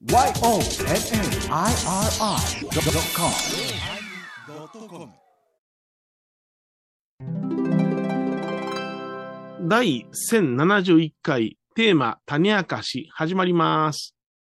YONNIRI.com 第1071回テーマ種明かし始まります。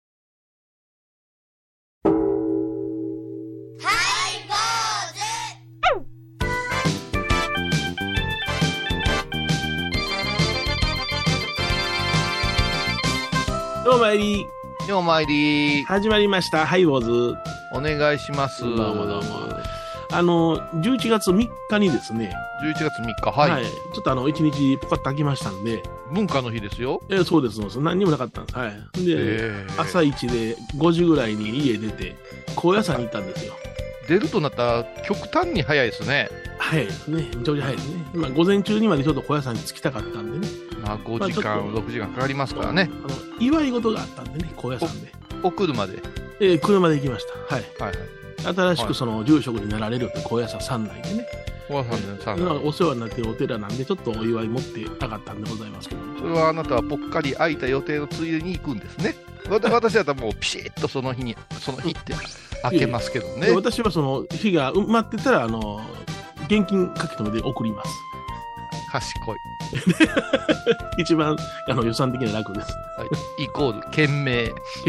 どうも参り始まりましたハイボーズ、 お願いします。 どうもどうも。11月3日にですね、 11月3日、はい。 ちょっと1日ポカッと空きましたんで。 文化の日ですよ。 そうです、そうです。何にもなかったんです。はい。で、朝一で5時ぐらいに家出て、高野山に行ったんですよ。 出るとなったら極端に早いですね。 早いですね。めちゃくちゃ早いですね。まあ、午前中にまでちょっと高野山に着きたかったんでね。 まあ、5時間、6時間かかりますからね。 祝い事があったんでね、高野山で。 お車で。 車で行きました。はい。 はいはい。 新しく住職になられるという高野山山内でね。 高野山でお世話になっているお寺なんで、ちょっとお祝い持って上がったんでございますけど。 それはあなたはぽっかり空いた予定のついでに行くんですね。私だったらもうピシッとその日って開けますけどね。 私はその日が埋まってたら、現金書き留めで送ります。 賢い。 一番予算的には楽です。 はい、イコール賢明。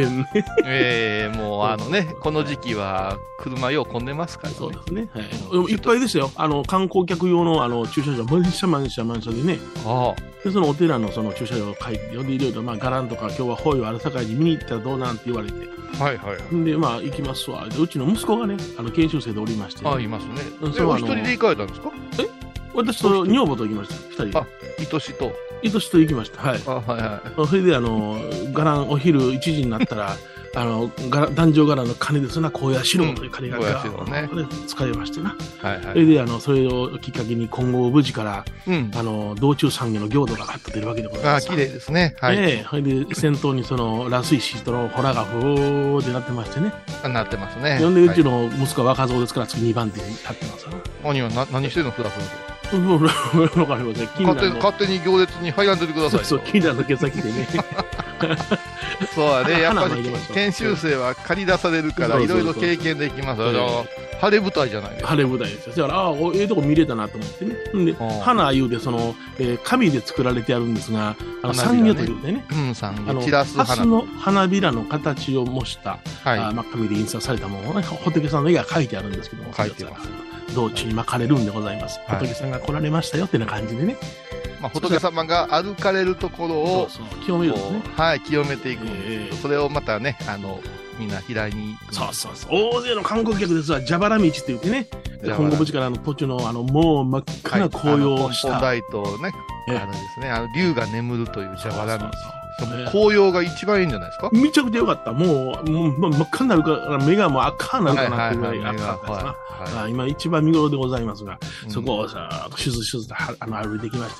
もうこの時期は車よう混んでますからね。そうですね。はい、 いっぱいですよ。観光客用の駐車場、満車でね。で、そのお寺のその駐車場を書いて、いろいろ伽藍とか今日は法要あるさかいに見に行ったらどうなんて言われて。 はいはい。 で、まあ行きますわ。で、うちの息子がね、研修生でおりまして、 いますね。お一人で行かれたんですか？ 私と女房と行きました。二人で。 愛しと行きました。はい。 はいはい。 それで伽藍お昼1時になったら、壇上伽藍の鐘ですな、高野白という鐘が使いましてな。 はいはい。 それで、それをきっかけに金剛無事から、道中産業の行土がガッと出るわけでございます。 綺麗ですね。はい。 それで、先頭に螺水シートのホラがふーってなってましてね。 なってますね。 呼んで、うちの息子は若造ですから、次2番手に立ってますよ。 何してんのフラフラと。 わかりません。 勝手に行列に入らんでてください。 そう、気になる毛先でね。 そうだね、やっぱり研修生は借り出されるから、いろいろ経験できます。晴れ舞台じゃないですか。 晴れ舞台ですよ。だから、ええとこ見れたなと思ってね。で、花いうで、紙で作られてあるんですが、三魚というね。 三魚。散らす花。 ハスの花びらの形を模した、紙で印刷されたものをね、仏さんの絵が書いてあるんですけども。 書いてます。 道中に巻かれるんでございます。仏さんが来られましたよってな感じでね。 仏様が歩かれるところを清めるんですね。 はい、清めていくんですけど、それをまたね、みんな平井にそう。大勢の観光客ですわ。蛇腹道って言ってね、本郷淵から途中のもう真っ赤な紅葉をした。 本大とね、ですね、竜が眠るという蛇腹道。紅葉が一番いいんじゃないですか？ めちゃくちゃ良かった。もう真っ赤になるから、目がもう赤になるかなっていうぐらい赤かったですな。今一番見頃でございますが、そこをさ、シュズと歩いてきまして、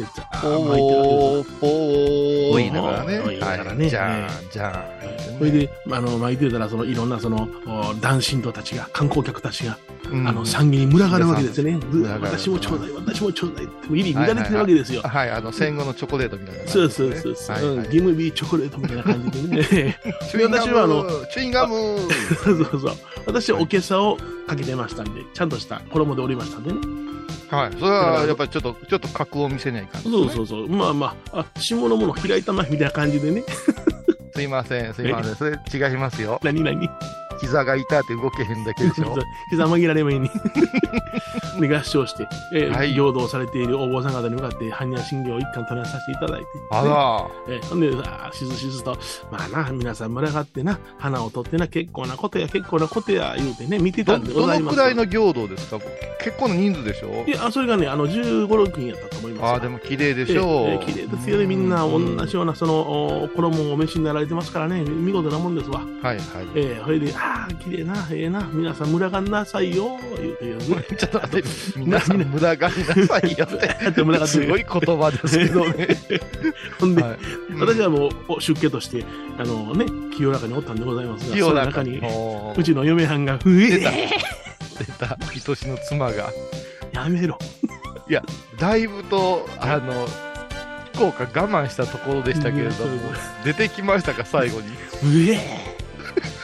言いながらね。じゃん。それで、巻いてたら、いろんな男信徒たちが、観光客たちが、産業に群がるわけですよね。私もちょうだいって入り乱れてるわけですよ。 はい、戦後のチョコレートみたいな。 そう。ギムビーチョコレートみたいな感じでね。私はチューインガムそう。私はおけさをかけてましたんで、ちゃんとした衣でおりましたんでね。 はい。それはやっぱりちょっと格を見せない感じ。 そう。まあ、下のもの開いたまみたいな感じでね。 すいません。それ違いますよ。 何膝が痛って動けへんだけでしょ。 膝曲げられめに。で、合唱して、行動されているお坊さん方に向かって、般若心経を一貫唱えさせていただいて。ほんで、しずと、まあな、皆さん群がってな、花を取ってな、結構なことや、言うてね、見てたんでございます。 どのくらいの行動ですか？結構の人数でしょ？ いや、それがね、15、6人やったと思います。 でも綺麗でしょう。 綺麗ですよね、みんな同じような、衣をお召しになられてますからね、見事なもんですわ。 はい。 それで、綺麗な、皆さん群がんなさいよ、言うてるね。 ちょっと待って、皆さん群がんなさいよって。すごい言葉ですけどね。 ほんで、私はもう出家として、清らかにおったんでございますが、その中に、うちの嫁はんが、 出た、愛しの妻が。 やめろ。 いや、だいぶと、福岡我慢したところでしたけれども、出てきましたか、最後に。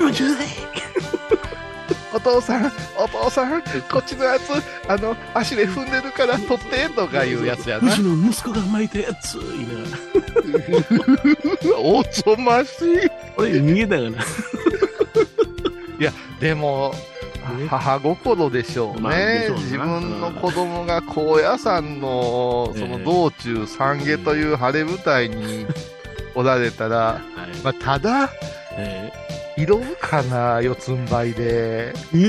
もちょうだい。 お父さん、こっちのやつ、足で踏んでるから取ってとかいうやつやな。 うちの息子が巻いたやつ、言いながら。 おぞましい。 俺、逃げたかな。 いや、でも、母心でしょうね。自分の子供が高野山の、その道中三下という晴れ舞台におられたら、まあ、ただ、挑むかな、四つん這いで。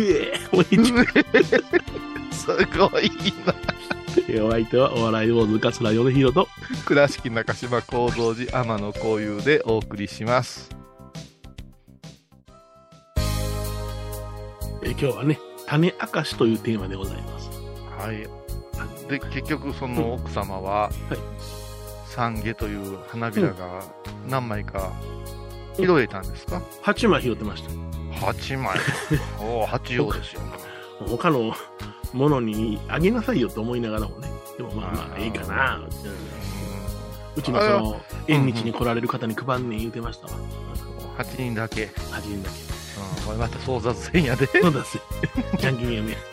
すごいな。 お相手はお笑い坊主桂米宏と倉敷中島幸三寺天野幸雄でお送りします。 今日はね、種明かしというテーマでございます。 はい。で、結局その奥様は、三下という花びらが何枚か拾えたんですか ？8枚拾ってました。 8枚。おお、8葉ですよ。 他のものにあげなさいよと思いながらもね。でもまあいいかな。うちのその縁日に来られる方に配んねん言うてましたわ。 8人だけ。 8人だけ。 また争奪戦やで。 そうだす。じゃんけんやね。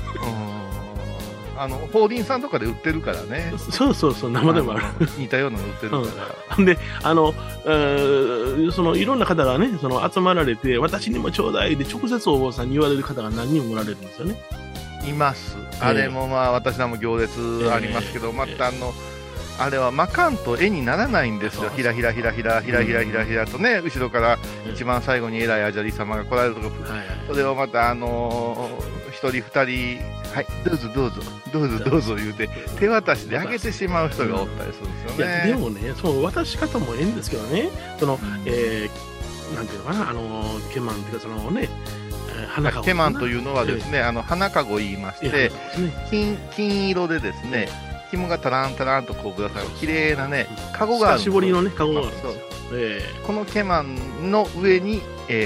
法輪さんとかで売ってるからね。 そうそうそう、生でもある。 似たようなの売ってるから。で、そのいろんな方がね、その集まられて、私にもちょうだいで直接お坊さんに言われる方が何人もおられるんですよね。 います。あれもまあ私らも行列ありますけど、またあれは巻かんと絵にならないんですよ。ひらひらひらひらひらひらひらひらとね、後ろから一番最後に偉いアジャリ様が来られるとこ、それをまた一人二人、はい、どうぞどうぞどうぞどうぞ言うて手渡しであげてしまう人がおったりするんですよね。 でもね、その渡し方もええんですけどね、その、なんていうのかな、ケマンっていうかそのね、花かご。 ケマンというのはですね、花かご言いまして、金色でですね、紐がタランタランとこうぶら下がる綺麗なね、カゴがあるんです。 絞りのね、カゴがあるんですよ。 このケマンの上に、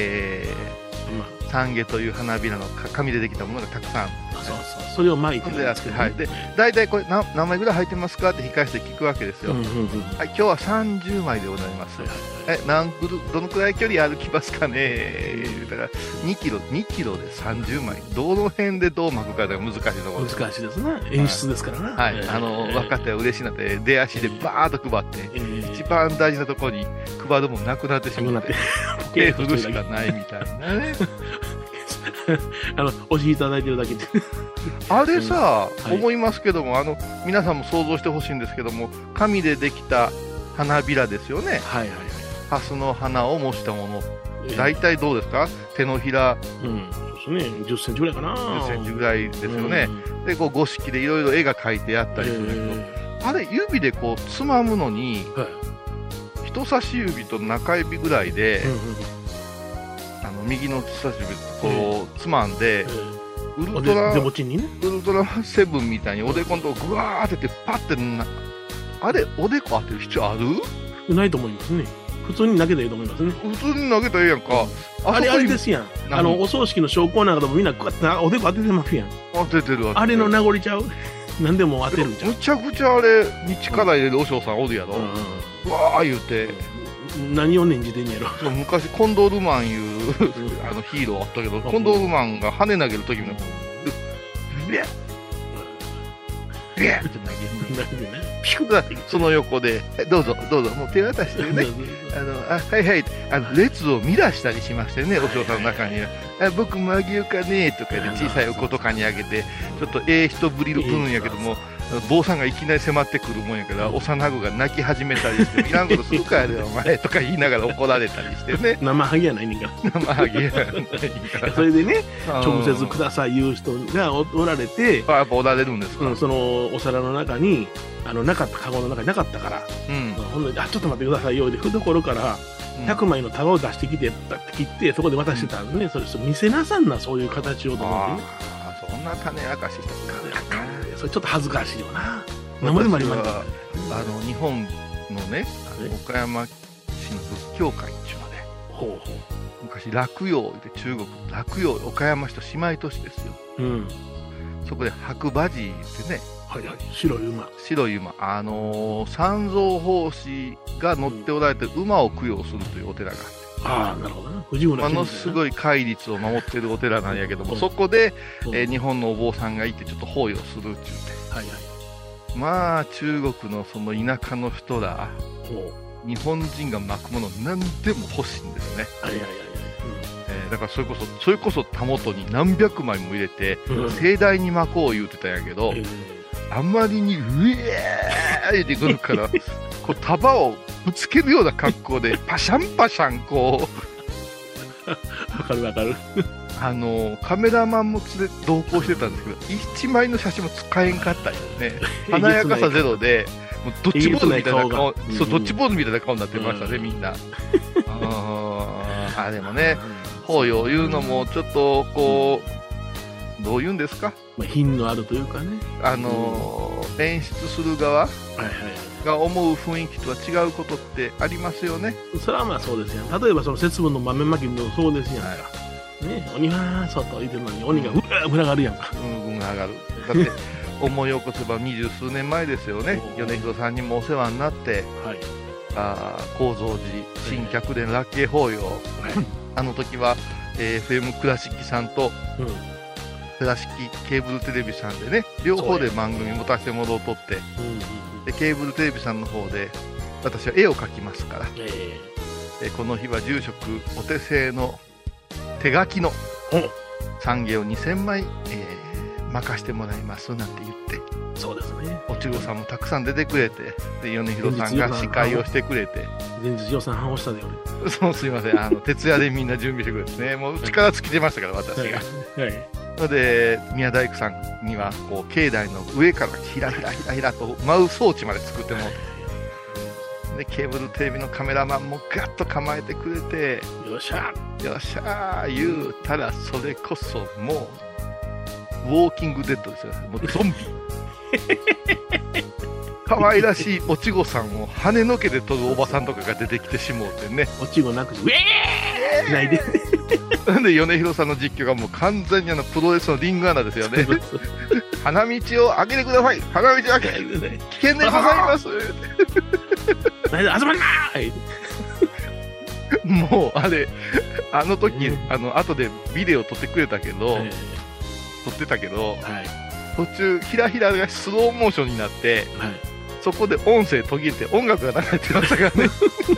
三下という花びらの紙でできたものがたくさん。 そうそう、それを巻いてるんですけど、ね。はい。 で、大体これ何枚ぐらい入ってますかって控えして聞くわけですよ。はい、今日は30枚でございます。どのくらい距離歩きますかね言ったら、2キロで30枚。どの辺でどう巻くかが難しいところです。 難しいですね。演出ですからね。 はい。分かっては嬉しいなって、出足でバーッと配って、一番大事なところに配るもんなくなってしまって、手振るしかないみたいなね。 お尻いただいてるだけであれさ、思いますけども、皆さんも想像してほしいんですけども、紙でできた花びらですよね。ハスの花を模したもの。大体どうですか？手のひら。 そうですね。10センチぐらいかな。 10センチぐらいですよね。で、こう五色でいろいろ絵が描いてあったりするんだけど、あれ、指でこう、つまむのに、人差し指と中指ぐらいで、右の人差し指こうつまんで、ウルトラセブンみたいにおでこのとこグワーってってパッてあれおでこ当てる必要ある？ ないと思いますね。普通に投げたらいいと思いますね。 普通に投げたらいいやんか。 あれですやん。お葬式の証拠なんかでもみんなこうやっておでこ当ててますやん。 当ててる。 あれの名残ちゃう？何でも当てるんちゃう？ むちゃくちゃあれに力入れる和尚さんおるやろ。うわー言うて。 何を念じてんやろ。 昔コンドルマンいうヒーローあったけど、コンドルマンが羽投げる時もビャッビャッって投げるね。ピクッその横でどうぞどうぞもう手渡してね、はいはい列を乱したりしましてね、お嬢さんの中には僕もあげようかねとかで小さいお子とかにあげて、ちょっと人ぶりるんやけども、坊さんがいきなり迫ってくるもんやから、幼子が泣き始めたりして、いらんことするかやでお前とか言いながら怒られたりしてね。 生ハゲやないねんから。 生ハゲやないから。 それでね、直接ください言う人がおられて、 やっぱおられるんですか？ そのお皿の中になかった、カゴの中になかったから、ほんでちょっと待ってくださいよで懐から100枚の束を出してきて切ってそこで渡してたんでね。それ見せなさんな、そういう形をと思ってね。 そんな種明かししてそれちょっと恥ずかしいよな。生でもありました。 日本のね、岡山市の仏教会っていうので、昔洛陽で中国洛陽岡山市と姉妹都市ですよ。そこで白馬寺ってね、 白い馬、 三蔵法師が乗っておられてる馬を供養するというお寺があって、 ああ、なるほどね。藤村ものすごい戒律を守ってるお寺なんやけども、そこで、日本のお坊さんがいてちょっと法要するって言って、はいはい、まあ中国のその田舎の人ら、日本人が巻くもの何でも欲しいんですね。はいはいはい、だからそれこそたもとに何百枚も入れて、盛大に巻こう言うてたんやけど、あまりにうえーってくるからこう束をぶつけるような格好でパシャンパシャンこうわかるわかるカメラマンも同行してたんですけど、一枚の写真も使えんかったよね。華やかさゼロでもうドッジボールみたいな顔、そう、ドッジボールみたいな顔になってましたね、みんな。でもね、法要いうのもちょっとこう、どういうんですか、 品のあるというかね、 演出する側が思う雰囲気とは違うことってありますよね。 それはまあそうですよ。例えばその節分の豆まきもそうですやんか、ね、鬼は外言ってるのに鬼が群がるやんか。 群がる。だって思い起こせば20数年前ですよね。米広さんにもお世話になって、高蔵寺新客殿ラッキー法要、あの時は、FM 倉敷さんと、倉敷ケーブルテレビさんでね、両方で番組持たせてもらおうとって、でケーブルテレビさんの方で私は絵を描きますから、この日は住職お手製の手書きの参芸を2000枚、任してもらいますなんて言って、 そうですね、 おちごさんもたくさん出てくれて、で米広さんが司会をしてくれて、 前日予算半押したでよね。そう、すいません、徹夜でみんな準備してくれてね、もう力尽きてましたから私が。ので宮大工さんにはこう境内の上からひらひらひらひらと舞う装置まで作ってもらって、でケーブルテレビのカメラマンもガッと構えてくれて、 よっしゃよっしゃー言うたら、それこそもうウォーキングデッドですよ、もうゾンビ。可愛らしいおちごさんを跳ねのけで撮るおばさんとかが出てきてしもうてね、 おちごなくしウェーないでなんで米広さんの実況がもう完全にプロレスのリングアナですよね。花道を開けてください、花道を開けて危険でございます集まりなーもうあの時、後でビデオ撮ってくれたけど、撮ってたけど、途中ひらひらがスローモーションになって、そこで音声途切れて音楽が流れてましたからね。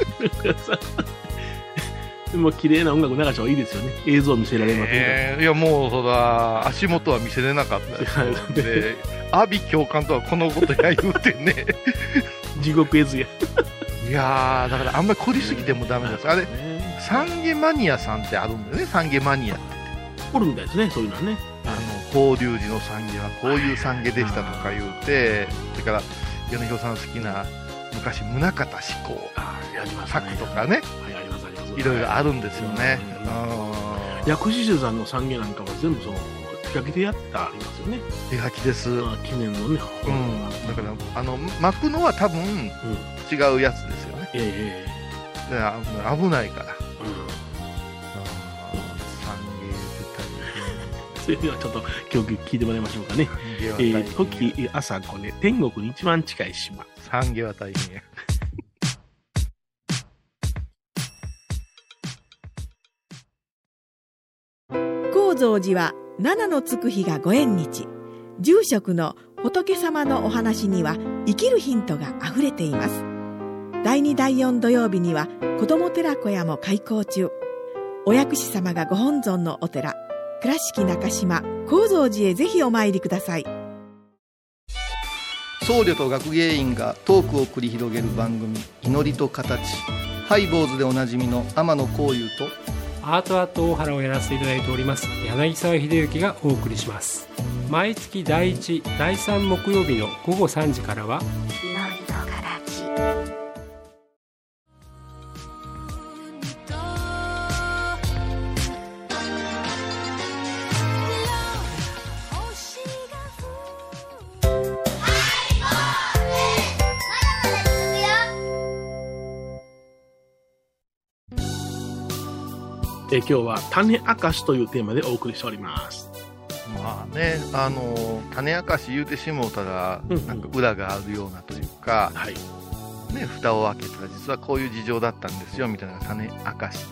でも綺麗な音楽流した方がいいですよね。映像見せられませんから。 いやもうそら足元は見せれなかったで、阿鼻教官とはこのことや言うてね。 地獄絵図や。 いやー、だからあんまり凝りすぎてもダメです。三下マニアさんってあるんだよね。三下マニアっておるみたいですね、そういうのはね。 法隆寺の三下はこういう三下でしたとか言うて、それから米広さん好きな昔宗像志功作とかね、いろいろあるんですよね。 薬師寺さんの三下なんかは全部その手書きでやってありますよね。 手書きです。 記念のね。 だから巻くのは多分違うやつですよね。危ないから。それではちょっと今日聞いてもらいましょうかね。時朝子で天国に一番近い島。 三下は大変や。 高蔵寺は七のつく日がご縁日。住職の仏様のお話には生きるヒントがあふれています。第2第4土曜日には子ども寺小屋も開校中。お薬師様がご本尊のお寺、倉敷中島・高蔵寺へぜひお参りください。 僧侶と学芸員がトークを繰り広げる番組、祈りと形。ハイボーズでおなじみの天野幸雄とアートアート大原をやらせていただいております柳沢秀幸がお送りします。毎月第1、第3木曜日の午後3時からは祈りと形。 今日は種明かしというテーマでお送りしております。 まあね、種明かし言うてしもうたら、なんか裏があるようなというか、ね、蓋を開けたら実はこういう事情だったんですよみたいな種明かしっていう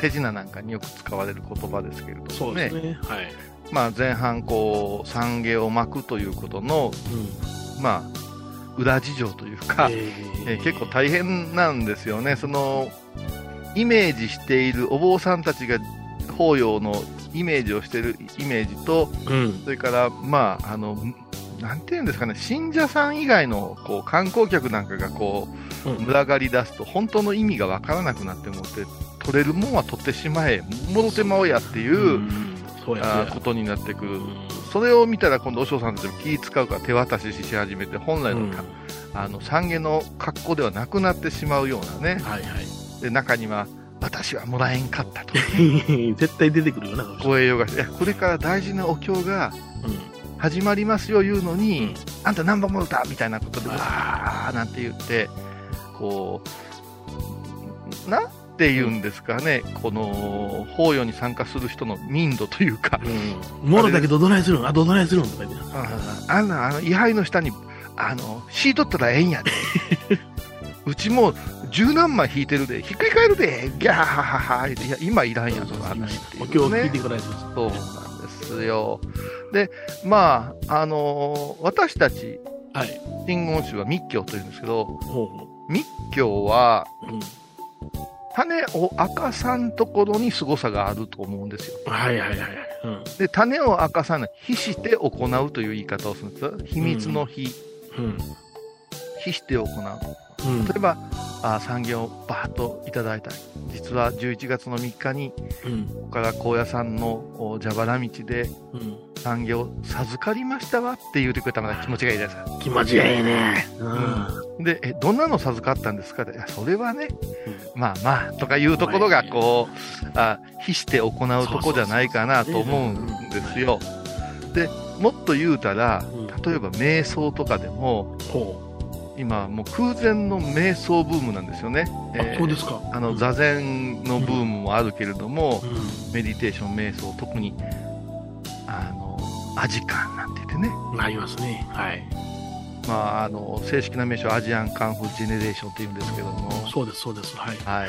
手品なんかによく使われる言葉ですけれどもね。 そうですね。はい。 まあ前半こう、懺悔を巻くということの、まあ、裏事情というか、結構大変なんですよね。その、イメージしているお坊さんたちが法要のイメージをしているイメージと、それから、まあ、なんていうんですかね、信者さん以外のこう観光客なんかがこう、群がり出すと、本当の意味がわからなくなって思って、取れるもんは取ってしまえ、戻ってまおうやっていう、ことになってくる。それを見たら今度、和尚さんたちも気使うから手渡しし始めて、本来の、懺悔の格好ではなくなってしまうようなね。で、中には、私はもらえんかったと。 絶対出てくるよな、 ご栄養が。いや、これから大事なお経が、始まりますよ言うのに、あんた何本もろたみたいなことで、わーなんて言って、こう、なんて言うんですかね、この、法要に参加する人の民度というか。 もろだけどどないするのどないするのとか言って。 位牌の下に、敷いとったらええんやで。うちも十何枚引いてるで、ひっくり返るで、ギャーハハハ。いや、今いらんやん、その話っていう、ね。 お経を聞いてください。 そうなんですよ。で、まあ、私たち、真言宗は密教というんですけど、密教は、種を明かさんところに凄さがあると思うんですよ。で、種を明かさない、秘して行うという言い方をするんですよ。秘密の秘。秘して行う。例えば、懺悔をバーッといただいたり、実は11月の3日に、ここから高野山の蛇腹道で、懺悔を授かりましたわって言うてくれたのが気持ちがいいです。 気持ちがいいね。 で、どんなの授かったんですかって、いや、それはね、まあまあ、とかいうところが、こう、秘して行うとこじゃないかなと思うんですよ。で、もっと言うたら、例えば瞑想とかでも、今、もう空前の瞑想ブームなんですよね。 そうですか。 座禅のブームもあるけれども、メディテーション、瞑想、特に、アジカンなんて言ってね。 ありますね。はい。 まあ、正式な名称、アジアンカンフージェネレーションって言うんですけども。 そうです、そうです。はい。 はい。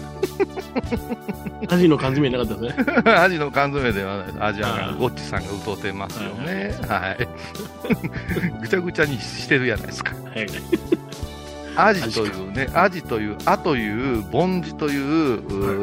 アジの缶詰なかったですね。 アジの缶詰ではないです。アジアンゴッチさんが歌うてますよね。はい。ぐちゃぐちゃにしてるじゃないですか。アジというね、アジという、アという、梵字という、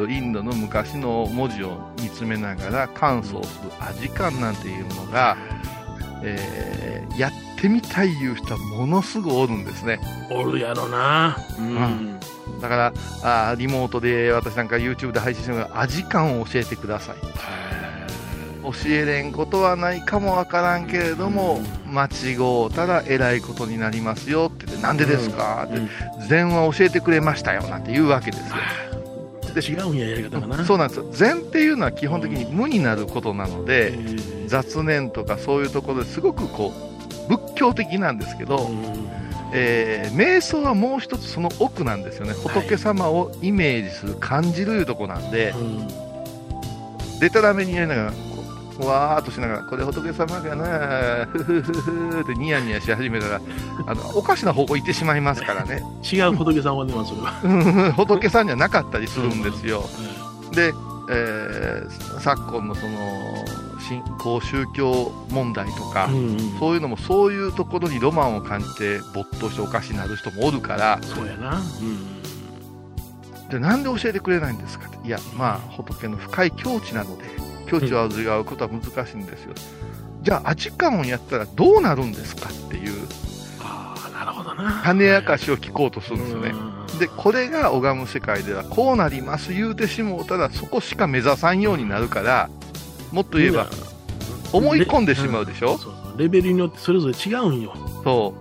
インドの昔の文字を見つめながら観想するアジカンなんていうのが、やってみたいいう人はものすごいおるんですね。 おるやろな。 だからリモートで私なんか YouTube で配信してるのがアジカンを教えてください。教えれんことはないかもわからんけれども、間違うたらえらいことになりますよって言って、なんでですかって、禅は教えてくれましたよなんて言うわけですよ。 で違うんや、やり方がな。 そうなんですよ。禅っていうのは基本的に無になることなので、雑念とかそういうところですごくこう仏教的なんですけど、瞑想はもう一つその奥なんですよね。仏様をイメージする、感じるいうとこなんで、でたらめにやりながらわーっとしながら、これ仏様がな、ふふふふってニヤニヤし始めたら、おかしな方向行ってしまいますからね。 違う仏さんはね、それは。 仏さんじゃなかったりするんですよ。で、昨今のその、新興宗教問題とか、そういうのもそういうところにロマンを感じて没頭しておかしになる人もおるから、 そうやな。 で、なんで教えてくれないんですかって。いや、まあ、仏の深い境地なので、境地を味わうことは難しいんですよ。じゃあ、アジカンをやったらどうなるんですかっていう、 なるほどな。 種明かしを聞こうとするんですよね。で、これが拝む世界ではこうなります言うてしもうたら、そこしか目指さんようになるから、もっと言えば、思い込んでしまうでしょ。 レベルによってそれぞれ違うんよ。 そう。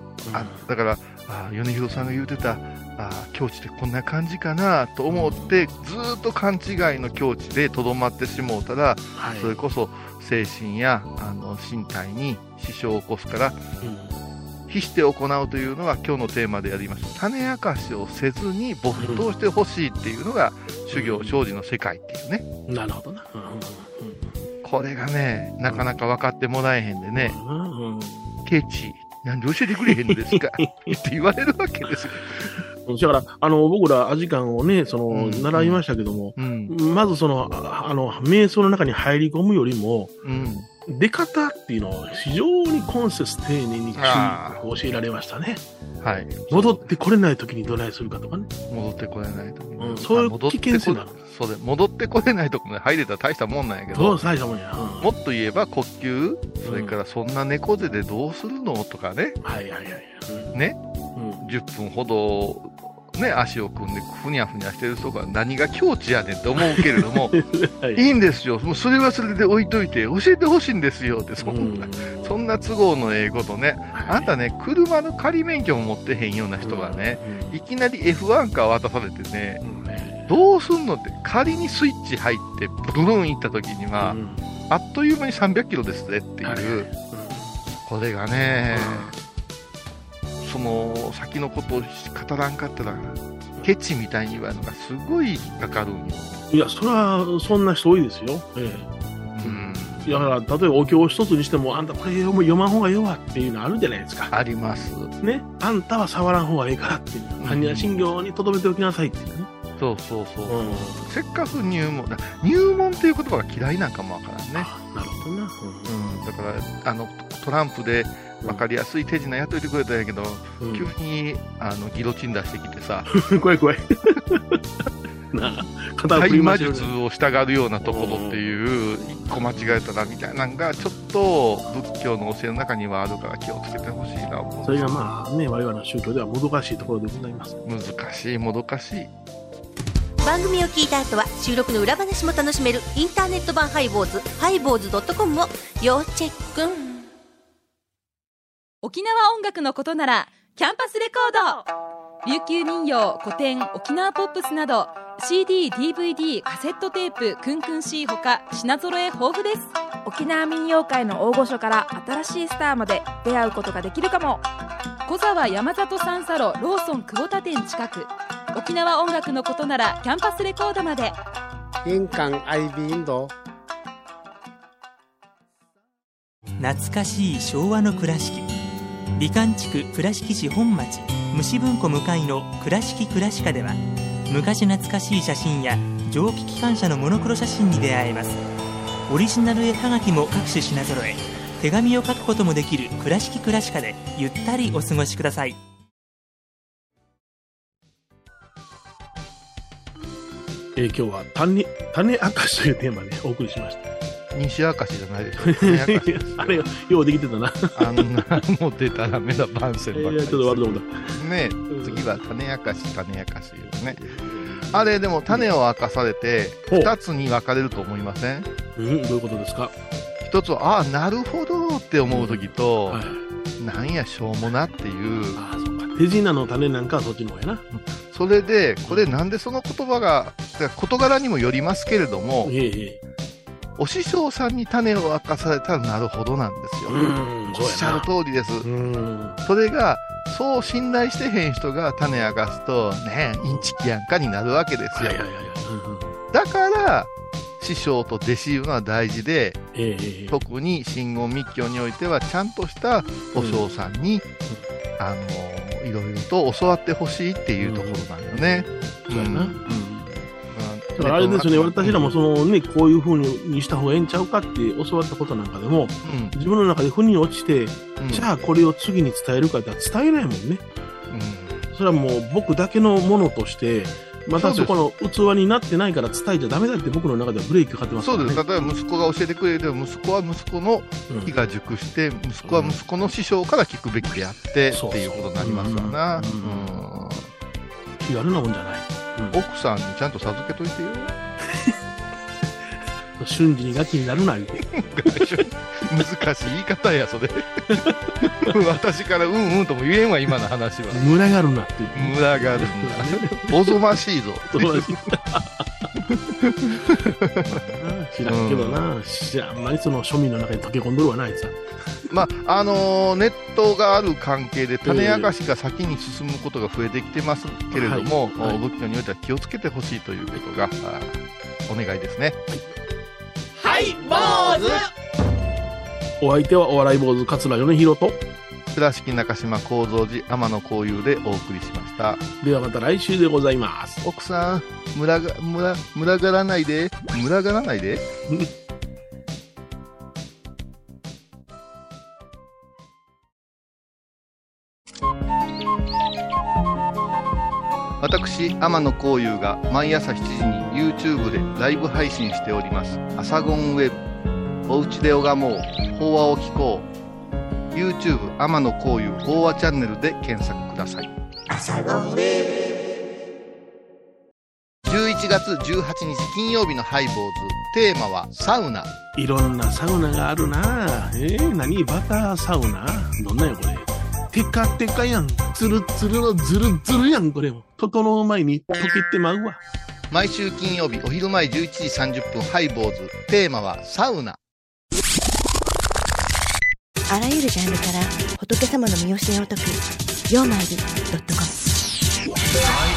だから、米広さんが言うてた、境地ってこんな感じかなと思って、ずっと勘違いの境地でとどまってしもうたら、それこそ精神や身体に支障を起こすから、秘して行うというのは今日のテーマでやりました。種明かしをせずに没頭してほしいっていうのが修行生死の世界っていうね。 なるほどな。 これがね、なかなか分かってもらえへんでね、ケチ、なんで教えてくれへんのですかって言われるわけですよ。 だから、僕らアジカンをね、習いましたけども、まず瞑想の中に入り込むよりも、出方っていうのを非常に今節丁寧に教えられましたね。はい。戻ってこれない時にどないするかとかね。 戻ってこれない時に。 そういう危険性がある。 そうで、戻ってこれないところに入れたら大したもんなんやけど。 そう、大したもんや。 もっと言えば呼吸、それからそんな猫背でどうするのとかね。 はいはいはい。 ね。10分ほど、ね、足を組んでふにゃふにゃしてる人が何が境地やねんって思うけれども、はい、いいんですよ、もうそれはそれで置いといて教えてほしいんですよって、そんな都合のええことね、あんたね、車の仮免許も持ってへんような人がね、いきなり F1 カー渡されてね、どうすんのって、仮にスイッチ入ってブルーン行った時には、あっという間に300キロですねっていう、これがね、その先のことを語らんかったらケチみたいに言われるのがすごい引っかかるんよ。 いや、それはそんな人多いですよ。いや、だから例えばお経一つにしても、あんたこれ読まん方がよわっていうのあるじゃないですか。 ありますね。あんたは触らん方がいいからっていう、般若心経に留めておきなさいっていうね。 そうそうそう、せっかく入門っていう言葉が嫌いなんかもわからんね。 なるほどな。 だからトランプで分かりやすい手品やっといてくれたんやけど、急にギロチン出してきてさ怖い怖い大魔術を従うようなところっていう一個間違えたらみたいなのがちょっと仏教の教えの中にはあるから気をつけてほしいな。 それがまあね、我々の宗教ではもどかしいところでございます。 難しいもどかしい。 番組を聞いた後は収録の裏話も楽しめるインターネット版ハイボーズ、ハイボーズ.com を要チェック。 沖縄音楽のことならキャンパスレコード、琉球民謡、古典、沖縄ポップスなど CD、DVD、カセットテープ、クンクン C ほか品揃え豊富です。 沖縄民謡界の大御所から新しいスターまで出会うことができるかも。 小沢山里三佐路ローソン久保田店近く。沖縄音楽のことならキャンパスレコードまで。 印鑑 IB インド。 懐かしい昭和の倉敷、美観地区倉敷市本町虫文庫向かいの倉敷倉歯科では、昔懐かしい写真や蒸気機関車のモノクロ写真に出会えます。オリジナル絵はがきも各種品揃え、手紙を書くこともできる倉敷倉歯科でゆったりお過ごしください。 今日は種明かしというテーマでお送りしました。 西明石じゃないでしょ。 あれようできてたな。 あんなもう出たらめだ番宣ばっかり。 ちょっと悪いと思ったね。次は種明かしよね。あれでも種を明かされて2つに分かれると思いません？ どういうことですか？ 一つはなるほどって思う時と、なんやしょうもなっていう。 そうか。手品の種なんかはそっちの方やな。 それでこれなんでその言葉が事柄にもよりますけれども。お師匠さんに種を明かされたらなるほどなんですよ。おっしゃる通りです。それがそう信頼してへん人が種明かすとね、インチキやんかになるわけですよ。だから師匠と弟子いうのは大事で、特に真言密教においてはちゃんとしたお師匠さんに、いろいろと教わってほしいっていうところなんよね。 だからあれですよね、私らもこういう風にした方がええんちゃうかって教わったことなんかでも、自分の中で腑に落ちて、じゃあこれを次に伝えるかって伝えないもんね。それはもう僕だけのものとして、またそこの器になってないから伝えちゃダメだって僕の中ではブレーキかかってますからね。 そうです。例えば息子が教えてくれても、息子は息子の気が熟して、息子は息子の師匠から聞くべきであって、っていうことになりますわな。 気軽なもんじゃない。 奥さんにちゃんと授けといてよ。 瞬時にガキになるな言うて。 難しい言い方やそれ。私からうんとも言えんわ今の話は。 群がるなって言って。 群がるな。おぞましいぞ。 知らんけどな、あんまりその庶民の中に溶け込んどるはないさ。 まあネットがある関係で種明かしが先に進むことが増えてきてますけれども、仏教においては気をつけてほしいということがお願いですね。 はい、坊主。 お相手はお笑い坊主桂米宏と倉敷中島幸三寺天野幸雄でお送りしました。 ではまた来週でございます。 奥さん、群がらないで。私天野幸雄が毎朝7時に YouTube でライブ配信しておりますアサゴンウェブ。おうちで拝もう、法話を聞こう。 YouTube 天野幸雄法話チャンネルで検索ください。アサゴンウェブ。11月18日金曜日のハイボーズ、テーマはサウナ。 いろんなサウナがあるな。何バターサウナ、どんなんやこれ。テカテカやん、ツルツルのズルズルやん。これも整う前に溶けてまうわ。 毎週金曜日お昼前11時30分ハイボーズ、テーマはサウナ。 あらゆるジャンルから仏様の身教えを解く曜マイル.com。